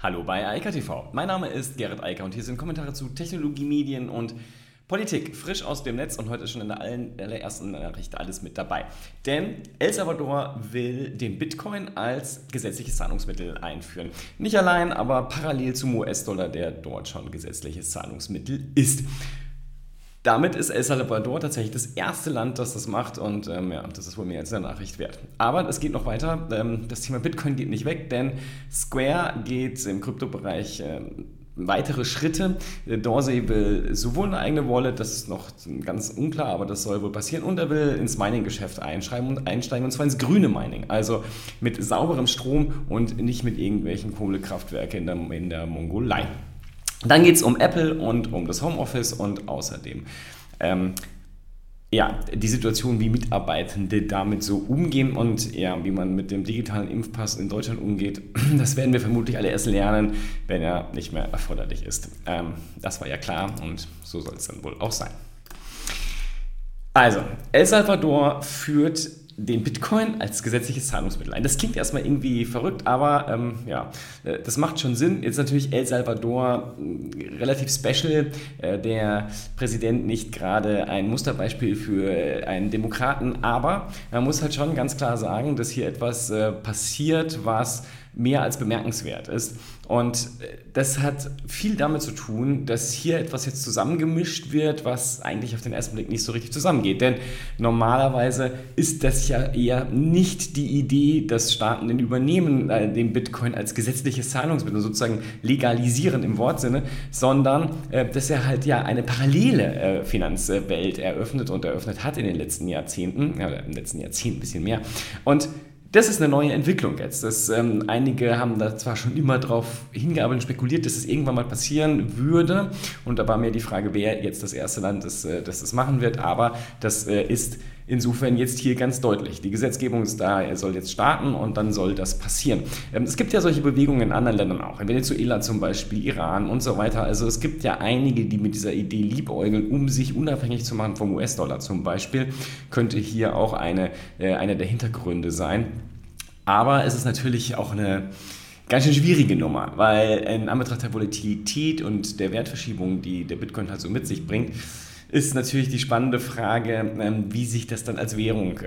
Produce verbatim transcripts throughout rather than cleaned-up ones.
Hallo bei Eika T V. Mein Name ist Gerrit Eiker und hier sind Kommentare zu Technologie, Medien und Politik. Frisch aus dem Netz und heute ist schon in der allerersten Nachricht alles mit dabei. Denn El Salvador will den Bitcoin als gesetzliches Zahlungsmittel einführen. Nicht allein, aber parallel zum U S-Dollar, der dort schon gesetzliches Zahlungsmittel ist. Damit ist El Salvador tatsächlich das erste Land, das das macht und ähm, ja, das ist wohl mehr als eine Nachricht wert. Aber es geht noch weiter. Ähm, das Thema Bitcoin geht nicht weg, denn Square geht im Kryptobereich ähm, weitere Schritte. Dorsey will sowohl eine eigene Wallet, das ist noch ganz unklar, aber das soll wohl passieren, und er will ins Mining-Geschäft einschreiben und einsteigen, und zwar ins grüne Mining, also mit sauberem Strom und nicht mit irgendwelchen Kohlekraftwerken in der, in der Mongolei. Dann geht es um Apple und um das Homeoffice und außerdem ähm, ja, die Situation, wie Mitarbeitende damit so umgehen und ja, wie man mit dem digitalen Impfpass in Deutschland umgeht. Das werden wir vermutlich alle erst lernen, wenn er nicht mehr erforderlich ist. Ähm, das war ja klar und so soll es dann wohl auch sein. Also, El Salvador führt den Bitcoin als gesetzliches Zahlungsmittel ein. Das klingt erstmal irgendwie verrückt, aber ähm, ja, das macht schon Sinn. Jetzt natürlich El Salvador relativ special. Äh, der Präsident nicht gerade ein Musterbeispiel für einen Demokraten, aber man muss halt schon ganz klar sagen, dass hier etwas äh, passiert, was mehr als bemerkenswert ist. Und das hat viel damit zu tun, dass hier etwas jetzt zusammengemischt wird, was eigentlich auf den ersten Blick nicht so richtig zusammengeht. Denn normalerweise ist das ja eher nicht die Idee, dass Staaten den übernehmen, äh, den Bitcoin als gesetzliches Zahlungsmittel sozusagen legalisieren im Wortsinne, sondern äh, dass er halt ja eine parallele äh, Finanzwelt eröffnet und eröffnet hat in den letzten Jahrzehnten, ja, im letzten Jahrzehnt ein bisschen mehr. Und das ist eine neue Entwicklung jetzt. Das, ähm, einige haben da zwar schon immer darauf hingearbeitet und spekuliert, dass es irgendwann mal passieren würde. Und da war mir die Frage, wer jetzt das erste Land ist, äh, das das machen wird. Aber das äh, ist insofern jetzt hier ganz deutlich. Die Gesetzgebung ist da, er soll jetzt starten und dann soll das passieren. Ähm, es gibt ja solche Bewegungen in anderen Ländern auch. In Venezuela zum Beispiel, Iran und so weiter. Also es gibt ja einige, die mit dieser Idee liebäugeln, um sich unabhängig zu machen vom U S-Dollar zum Beispiel. Könnte hier auch eine, äh, einer der Hintergründe sein. Aber es ist natürlich auch eine ganz schön schwierige Nummer, weil in Anbetracht der Volatilität und der Wertverschiebung, die der Bitcoin halt so mit sich bringt, ist natürlich die spannende Frage, wie sich das dann als Währung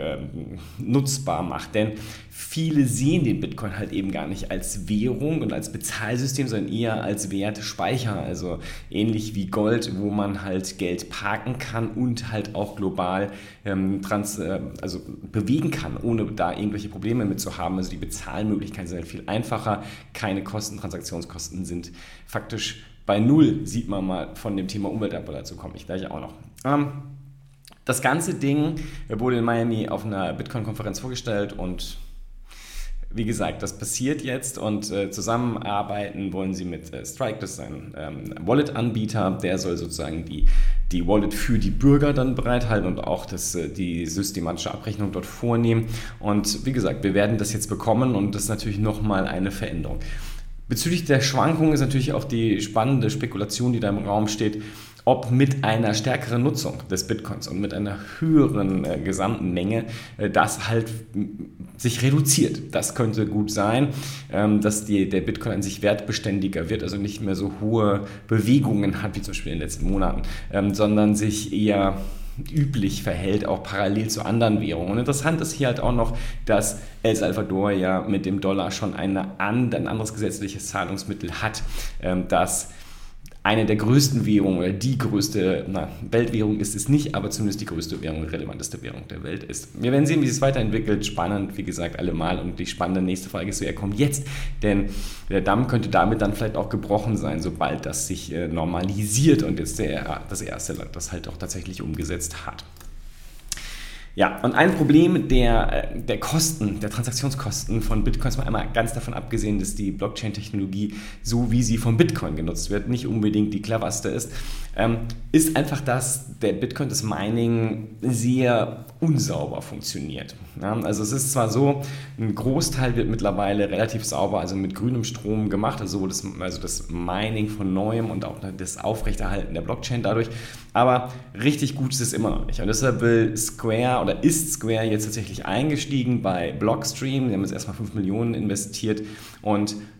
nutzbar macht. Denn viele sehen den Bitcoin halt eben gar nicht als Währung und als Bezahlsystem, sondern eher als Wertspeicher. Also ähnlich wie Gold, wo man halt Geld parken kann und halt auch global ähm, trans, äh, also bewegen kann, ohne da irgendwelche Probleme mit zu haben. Also die Bezahlmöglichkeiten sind halt viel einfacher. Keine Kosten, Transaktionskosten sind faktisch bei null, sieht man mal von dem Thema Umweltabbau, dazu komme ich gleich auch noch. Ähm, das ganze Ding wurde in Miami auf einer Bitcoin-Konferenz vorgestellt und wie gesagt, das passiert jetzt und äh, zusammenarbeiten wollen sie mit äh, Strike, das ist ein ähm, Wallet-Anbieter, der soll sozusagen die, die Wallet für die Bürger dann bereithalten und auch das, äh, die systematische Abrechnung dort vornehmen. Und wie gesagt, wir werden das jetzt bekommen und das ist natürlich nochmal eine Veränderung. Bezüglich der Schwankungen ist natürlich auch die spannende Spekulation, die da im Raum steht, ob mit einer stärkeren Nutzung des Bitcoins und mit einer höheren äh, gesamten Menge äh, das halt m- sich reduziert. Das könnte gut sein, ähm, dass die, der Bitcoin an sich wertbeständiger wird, also nicht mehr so hohe Bewegungen hat, wie zum Beispiel in den letzten Monaten, ähm, sondern sich eher üblich verhält, auch parallel zu anderen Währungen. Und interessant ist hier halt auch noch, dass El Salvador ja mit dem Dollar schon eine, ein anderes gesetzliches Zahlungsmittel hat, ähm, das eine der größten Währungen oder die größte na, Weltwährung ist es nicht, aber zumindest die größte Währung, die relevanteste Währung der Welt ist. Wir werden sehen, wie es sich weiterentwickelt. Spannend, wie gesagt, allemal. Und die spannende nächste Frage ist, wer kommt jetzt? Denn der Damm könnte damit dann vielleicht auch gebrochen sein, sobald das sich äh, normalisiert und jetzt der, das erste Land das halt auch tatsächlich umgesetzt hat. Ja, und ein Problem der, der Kosten, der Transaktionskosten von Bitcoins, mal einmal ganz davon abgesehen, dass die Blockchain-Technologie, so wie sie vom Bitcoin genutzt wird, nicht unbedingt die cleverste ist, ähm, ist einfach, dass der Bitcoin, das Mining, sehr unsauber funktioniert. Ja, also es ist zwar so, ein Großteil wird mittlerweile relativ sauber, also mit grünem Strom gemacht, also das, also das Mining von Neuem und auch das Aufrechterhalten der Blockchain dadurch, aber richtig gut ist es immer noch nicht. Und deshalb will Square oder ist Square jetzt tatsächlich eingestiegen bei Blockstream. Die haben jetzt erstmal fünf Millionen investiert und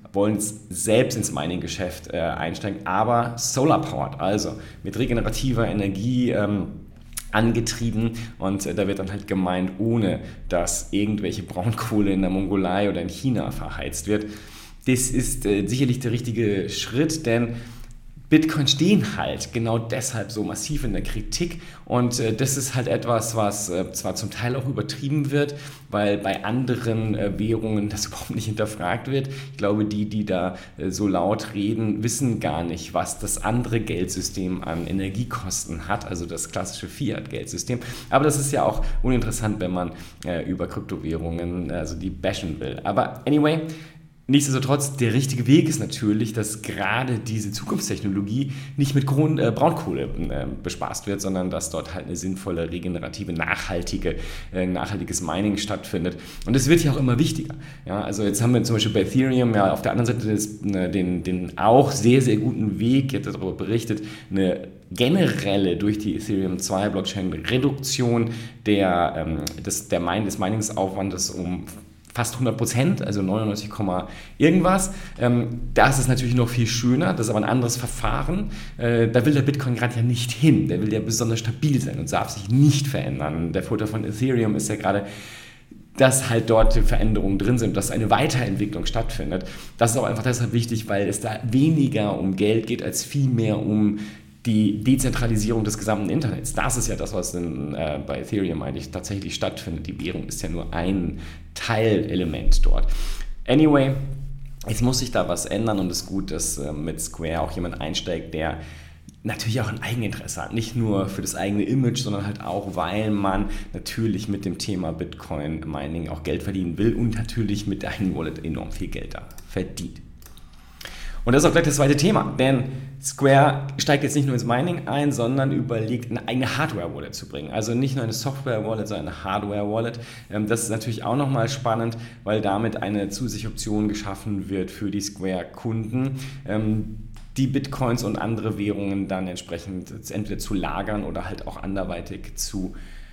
wollen selbst ins Mining-Geschäft äh, einsteigen, aber solar-powered, also mit regenerativer Energie ähm, angetrieben, und äh, da wird dann halt gemeint, ohne dass irgendwelche Braunkohle in der Mongolei oder in China verheizt wird. Das ist äh, sicherlich der richtige Schritt, denn Bitcoins stehen halt genau deshalb so massiv in der Kritik, und äh, das ist halt etwas, was äh, zwar zum Teil auch übertrieben wird, weil bei anderen äh, Währungen das überhaupt nicht hinterfragt wird. Ich glaube, die, die da äh, so laut reden, wissen gar nicht, was das andere Geldsystem an Energiekosten hat, also das klassische Fiat-Geldsystem. Aber das ist ja auch uninteressant, wenn man äh, über Kryptowährungen, also die bashen will. Aber anyway, nichtsdestotrotz, der richtige Weg ist natürlich, dass gerade diese Zukunftstechnologie nicht mit Grund, äh, Braunkohle äh, bespaßt wird, sondern dass dort halt eine sinnvolle, regenerative, nachhaltige, äh, nachhaltiges Mining stattfindet. Und das wird ja auch immer wichtiger. Ja, also jetzt haben wir zum Beispiel bei Ethereum ja auf der anderen Seite des, ne, den, den auch sehr, sehr guten Weg, jetzt darüber berichtet, eine generelle durch die Ethereum zwei Blockchain Reduktion der, ähm, des, der Min- des Miningsaufwandes um fast hundert Prozent, also neunundneunzig, irgendwas. Ähm, das ist natürlich noch viel schöner, das ist aber ein anderes Verfahren. Äh, da will der Bitcoin gerade ja nicht hin, der will ja besonders stabil sein und darf sich nicht verändern. Der Vorteil von Ethereum ist ja gerade, dass halt dort Veränderungen drin sind, dass eine Weiterentwicklung stattfindet. Das ist auch einfach deshalb wichtig, weil es da weniger um Geld geht, als vielmehr um die Dezentralisierung des gesamten Internets. Das ist ja das, was in, äh, bei Ethereum eigentlich tatsächlich stattfindet. Die Währung ist ja nur ein Teilelement dort. Anyway, jetzt muss sich da was ändern, und es ist gut, dass äh, mit Square auch jemand einsteigt, der natürlich auch ein Eigeninteresse hat. Nicht nur für das eigene Image, sondern halt auch, weil man natürlich mit dem Thema Bitcoin Mining auch Geld verdienen will und natürlich mit einem Wallet enorm viel Geld da verdient. Und das ist auch gleich das zweite Thema, denn Square steigt jetzt nicht nur ins Mining ein, sondern überlegt, eine eigene Hardware-Wallet zu bringen. Also nicht nur eine Software-Wallet, sondern eine Hardware-Wallet. Das ist natürlich auch nochmal spannend, weil damit eine zusätzliche Option geschaffen wird für die Square-Kunden, die Bitcoins und andere Währungen dann entsprechend entweder zu lagern oder halt auch anderweitig zu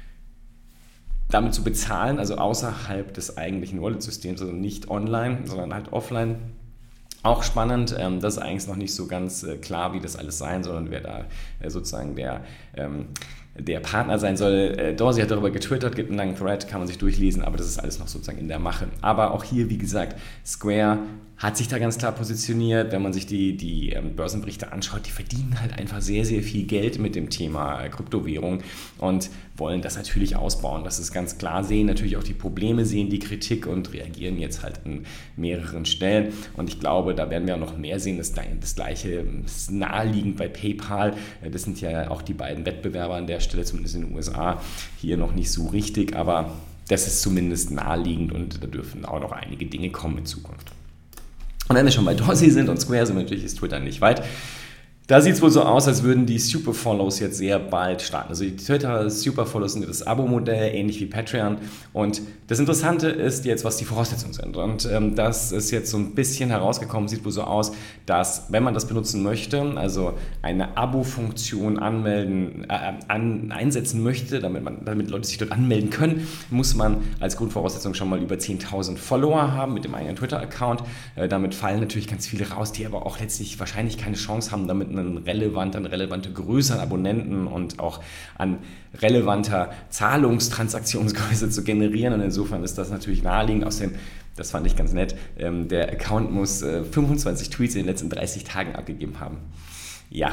damit zu bezahlen, also außerhalb des eigentlichen Wallet-Systems, also nicht online, sondern halt offline. Auch spannend, ähm, das ist eigentlich noch nicht so ganz äh, klar, wie das alles sein soll und wer da äh, sozusagen der, ähm, der Partner sein soll. Äh, Dorsey hat darüber getwittert, gibt einen langen Thread, kann man sich durchlesen, aber das ist alles noch sozusagen in der Mache. Aber auch hier, wie gesagt, Square hat sich da ganz klar positioniert. Wenn man sich die, die ähm, Börsenberichte anschaut, die verdienen halt einfach sehr, sehr viel Geld mit dem Thema äh, Kryptowährung und wollen das natürlich ausbauen. Das ist ganz klar, sehen natürlich auch die Probleme, sehen die Kritik und reagieren jetzt halt an mehreren Stellen. Und ich glaube, da werden wir auch noch mehr sehen. Das, das Gleiche ist naheliegend bei PayPal. Das sind ja auch die beiden Wettbewerber an der Stelle, zumindest in den U S A, hier noch nicht so richtig. Aber das ist zumindest naheliegend und da dürfen auch noch einige Dinge kommen in Zukunft. Und wenn wir schon bei Dorsey sind und Square sind, natürlich ist Twitter nicht weit. Da sieht es wohl so aus, als würden die Superfollows jetzt sehr bald starten. Also die Twitter Superfollows sind das Abo-Modell, ähnlich wie Patreon. Und das Interessante ist jetzt, was die Voraussetzungen sind. Und ähm, das ist jetzt so ein bisschen herausgekommen, sieht wohl so aus, dass, wenn man das benutzen möchte, also eine Abo-Funktion anmelden, äh, an, einsetzen möchte, damit, man, damit Leute sich dort anmelden können, muss man als Grundvoraussetzung schon mal über zehntausend Follower haben mit dem eigenen Twitter-Account. Äh, damit fallen natürlich ganz viele raus, die aber auch letztlich wahrscheinlich keine Chance haben, damit einen relevant, eine relevante Größe an Abonnenten und auch an relevanter Zahlungstransaktionsgröße zu generieren. Und insofern ist das natürlich naheliegend. Außerdem, das fand ich ganz nett, ähm, der Account muss äh, fünfundzwanzig Tweets in den letzten dreißig Tagen abgegeben haben. Ja,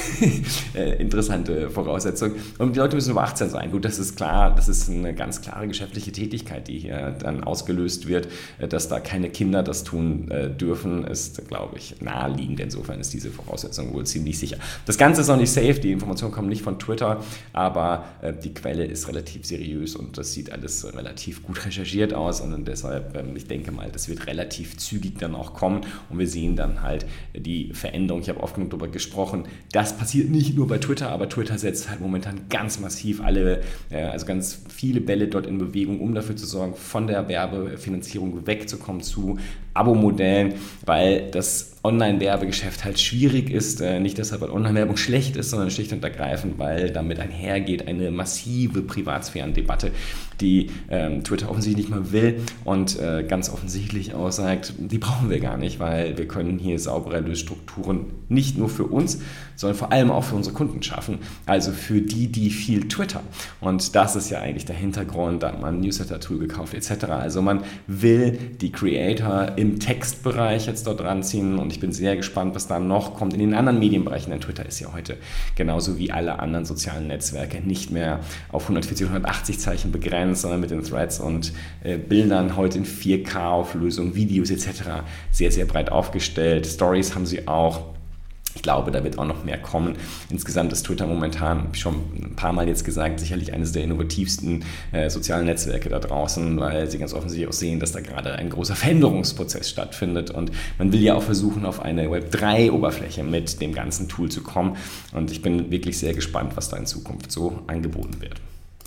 interessante Voraussetzung. Und die Leute müssen über achtzehn sein. Gut, das ist klar, das ist eine ganz klare geschäftliche Tätigkeit, die hier dann ausgelöst wird. Dass da keine Kinder das tun dürfen, ist, glaube ich, naheliegend. Insofern ist diese Voraussetzung wohl ziemlich sicher. Das Ganze ist noch nicht safe, die Informationen kommen nicht von Twitter, aber die Quelle ist relativ seriös und das sieht alles relativ gut recherchiert aus und deshalb, ich denke mal, das wird relativ zügig dann auch kommen und wir sehen dann halt die Veränderung. Ich habe oft genug darüber gesprochen. Das passiert nicht nur bei Twitter, aber Twitter setzt halt momentan ganz massiv alle, also ganz viele Bälle dort in Bewegung, um dafür zu sorgen, von der Werbefinanzierung wegzukommen zu Abo-Modellen, weil das Online-Werbegeschäft halt schwierig ist, nicht deshalb, weil Online-Werbung schlecht ist, sondern schlicht und ergreifend, weil damit einhergeht eine massive Privatsphärendebatte, die ähm, Twitter offensichtlich nicht mal will und äh, ganz offensichtlich auch sagt, die brauchen wir gar nicht, weil wir können hier saubere Erlösstrukturen nicht nur für uns, sondern vor allem auch für unsere Kunden schaffen, also für die, die viel twittern. Und das ist ja eigentlich der Hintergrund, da hat man ein Newsletter-Tool gekauft et cetera. Also man will die Creator im Textbereich jetzt dort ranziehen und ich bin sehr gespannt, was da noch kommt in den anderen Medienbereichen, denn Twitter ist ja heute genauso wie alle anderen sozialen Netzwerke nicht mehr auf hundertvierzig, hundertachtzig Zeichen begrenzt, sondern mit den Threads und äh, Bildern heute in vier K-Auflösung, Videos et cetera sehr, sehr breit aufgestellt. Stories haben sie auch. Ich glaube, da wird auch noch mehr kommen. Insgesamt ist Twitter momentan, habe ich schon ein paar Mal jetzt gesagt, sicherlich eines der innovativsten äh, sozialen Netzwerke da draußen, weil sie ganz offensichtlich auch sehen, dass da gerade ein großer Veränderungsprozess stattfindet und man will ja auch versuchen, auf eine Web drei Oberfläche mit dem ganzen Tool zu kommen und ich bin wirklich sehr gespannt, was da in Zukunft so angeboten wird.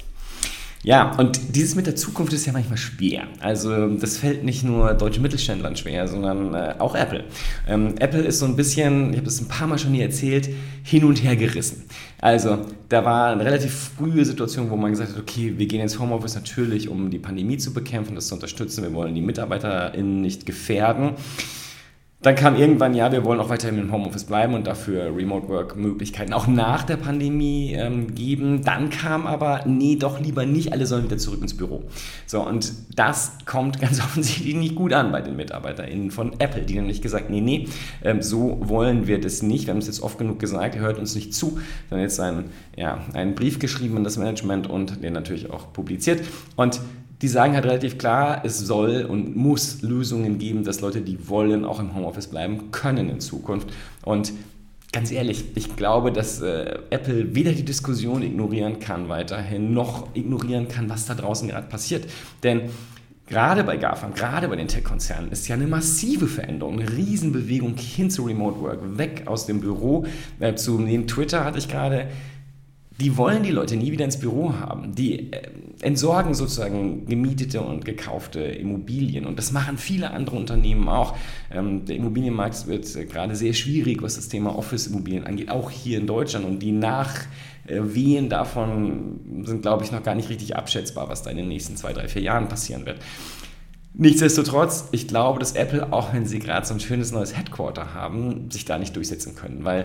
Ja, und dieses mit der Zukunft ist ja manchmal schwer. Also das fällt nicht nur deutschen Mittelständlern schwer, sondern äh, auch Apple. Ähm, Apple ist so ein bisschen, ich habe das ein paar Mal schon hier erzählt, hin und her gerissen. Also da war eine relativ frühe Situation, wo man gesagt hat, okay, wir gehen ins Homeoffice natürlich, um die Pandemie zu bekämpfen, das zu unterstützen. Wir wollen die MitarbeiterInnen nicht gefährden. Dann kam irgendwann, ja, wir wollen auch weiterhin im Homeoffice bleiben und dafür Remote-Work-Möglichkeiten auch nach der Pandemie ähm, geben. Dann kam aber, nee, doch lieber nicht, alle sollen wieder zurück ins Büro. So, und das kommt ganz offensichtlich nicht gut an bei den MitarbeiterInnen von Apple. Die haben nämlich gesagt, nee, nee, ähm, so wollen wir das nicht. Wir haben es jetzt oft genug gesagt, ihr hört uns nicht zu. Wir haben jetzt einen, ja, einen Brief geschrieben an das Management und den natürlich auch publiziert. Und die sagen halt relativ klar, es soll und muss Lösungen geben, dass Leute, die wollen, auch im Homeoffice bleiben können in Zukunft. Und ganz ehrlich, ich glaube, dass äh, Apple weder die Diskussion ignorieren kann weiterhin, noch ignorieren kann, was da draußen gerade passiert. Denn gerade bei GAFAM, gerade bei den Tech-Konzernen ist ja eine massive Veränderung, eine Riesenbewegung hin zu Remote Work, weg aus dem Büro, äh, zu dem Twitter hatte ich gerade. Die wollen die Leute nie wieder ins Büro haben. Die äh, entsorgen sozusagen gemietete und gekaufte Immobilien. Und das machen viele andere Unternehmen auch. Ähm, der Immobilienmarkt wird äh, gerade sehr schwierig, was das Thema Office-Immobilien angeht, auch hier in Deutschland. Und die Nachwehen äh, davon sind, glaube ich, noch gar nicht richtig abschätzbar, was da in den nächsten zwei, drei, vier Jahren passieren wird. Nichtsdestotrotz, ich glaube, dass Apple, auch wenn sie gerade so ein schönes neues Headquarter haben, sich da nicht durchsetzen können, weil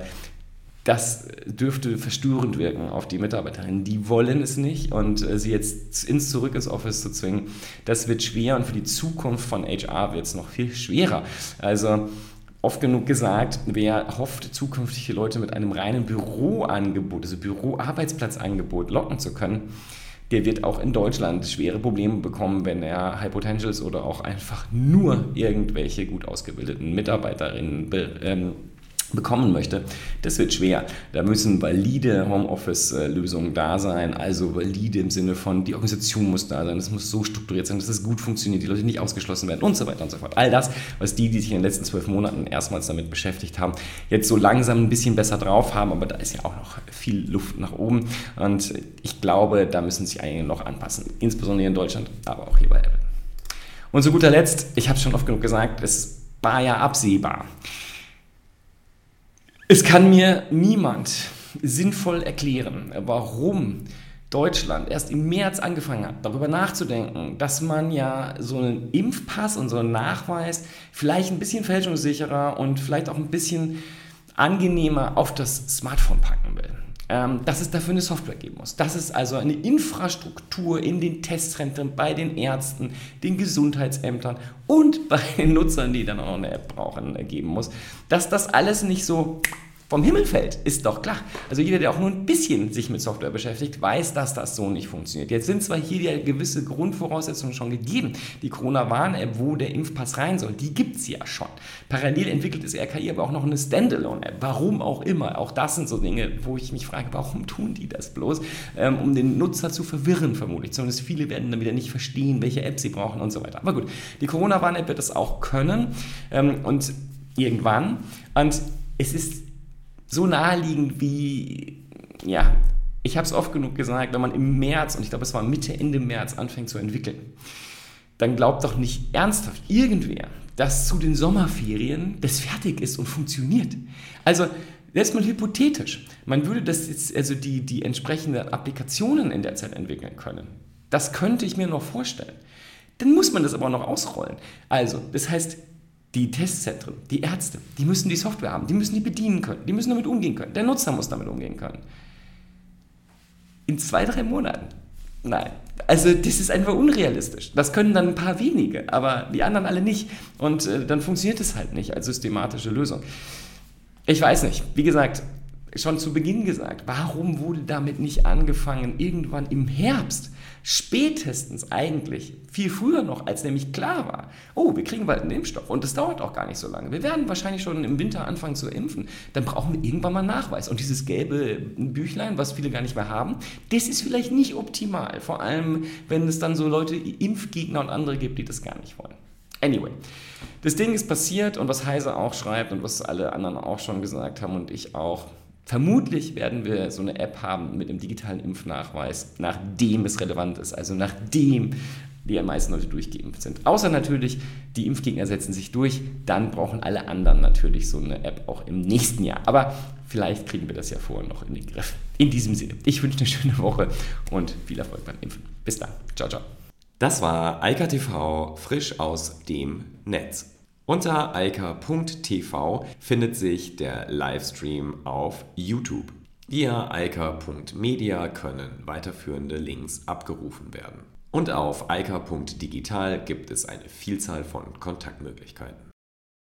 das dürfte verstörend wirken auf die Mitarbeiterinnen. Die wollen es nicht und äh, sie jetzt ins Zurück ins Office zu zwingen, das wird schwer und für die Zukunft von H R wird es noch viel schwerer. Also oft genug gesagt, wer hofft, zukünftig die Leute mit einem reinen Büroangebot, also Büroarbeitsplatzangebot locken zu können, der wird auch in Deutschland schwere Probleme bekommen, wenn er High Potentials oder auch einfach nur irgendwelche gut ausgebildeten Mitarbeiterinnen be, ähm, bekommen möchte. Das wird schwer. Da müssen valide Homeoffice-Lösungen da sein, also valide im Sinne von, die Organisation muss da sein, das muss so strukturiert sein, dass es gut funktioniert, die Leute nicht ausgeschlossen werden und so weiter und so fort. All das, was die, die sich in den letzten zwölf Monaten erstmals damit beschäftigt haben, jetzt so langsam ein bisschen besser drauf haben, aber da ist ja auch noch viel Luft nach oben und ich glaube, da müssen sich einige noch anpassen, insbesondere in Deutschland, aber auch hier bei Apple. Und zu guter Letzt, ich habe es schon oft genug gesagt, es war ja absehbar. Es kann mir niemand sinnvoll erklären, warum Deutschland erst im März angefangen hat, darüber nachzudenken, dass man ja so einen Impfpass und so einen Nachweis vielleicht ein bisschen fälschungssicherer und vielleicht auch ein bisschen angenehmer auf das Smartphone packen will. Ähm, dass es dafür eine Software geben muss. Dass es also eine Infrastruktur in den Testzentren, bei den Ärzten, den Gesundheitsämtern und bei den Nutzern, die dann auch noch eine App brauchen, geben muss. Dass das alles nicht so vom Himmel fällt, ist doch klar. Also jeder, der auch nur ein bisschen sich mit Software beschäftigt, weiß, dass das so nicht funktioniert. Jetzt sind zwar hier die gewisse Grundvoraussetzungen schon gegeben. Die Corona-Warn-App, wo der Impfpass rein soll, die gibt es ja schon. Parallel entwickelt das R K I aber auch noch eine Standalone-App. Warum auch immer. Auch das sind so Dinge, wo ich mich frage, warum tun die das bloß? Ähm, um den Nutzer zu verwirren vermutlich. Zumindest viele werden dann wieder nicht verstehen, welche App sie brauchen und so weiter. Aber gut, die Corona-Warn-App wird das auch können ähm, und irgendwann. Und es ist so naheliegend wie, ja, ich habe es oft genug gesagt, wenn man im März, und ich glaube, es war Mitte, Ende März, anfängt zu entwickeln, dann glaubt doch nicht ernsthaft irgendwer, dass zu den Sommerferien das fertig ist und funktioniert. Also selbst mal hypothetisch, man würde das jetzt, also die, die entsprechenden Applikationen in der Zeit entwickeln können. Das könnte ich mir noch vorstellen. Dann muss man das aber auch noch ausrollen. Also, das heißt, die Testzentren, die Ärzte, die müssen die Software haben, die müssen die bedienen können, die müssen damit umgehen können. Der Nutzer muss damit umgehen können. In zwei, drei Monaten? Nein. Also das ist einfach unrealistisch. Das können dann ein paar wenige, aber die anderen alle nicht. Und äh, dann funktioniert es halt nicht als systematische Lösung. Ich weiß nicht. Wie gesagt, schon zu Beginn gesagt, warum wurde damit nicht angefangen, irgendwann im Herbst? Spätestens eigentlich, viel früher noch, als nämlich klar war, oh, wir kriegen bald einen Impfstoff und das dauert auch gar nicht so lange. Wir werden wahrscheinlich schon im Winter anfangen zu impfen. Dann brauchen wir irgendwann mal einen Nachweis. Und dieses gelbe Büchlein, was viele gar nicht mehr haben, das ist vielleicht nicht optimal. Vor allem, wenn es dann so Leute, Impfgegner und andere gibt, die das gar nicht wollen. Anyway, das Ding ist passiert und was Heise auch schreibt und was alle anderen auch schon gesagt haben und ich auch, vermutlich werden wir so eine App haben mit einem digitalen Impfnachweis, nachdem es relevant ist, also nachdem die meisten Leute durchgeimpft sind. Außer natürlich, die Impfgegner setzen sich durch, dann brauchen alle anderen natürlich so eine App auch im nächsten Jahr. Aber vielleicht kriegen wir das ja vorher noch in den Griff. In diesem Sinne, ich wünsche eine schöne Woche und viel Erfolg beim Impfen. Bis dann. Ciao, ciao. Das war Eika T V frisch aus dem Netz. Unter eika punkt t v findet sich der Livestream auf YouTube. Via eika punkt media können weiterführende Links abgerufen werden. Und auf eika punkt digital gibt es eine Vielzahl von Kontaktmöglichkeiten.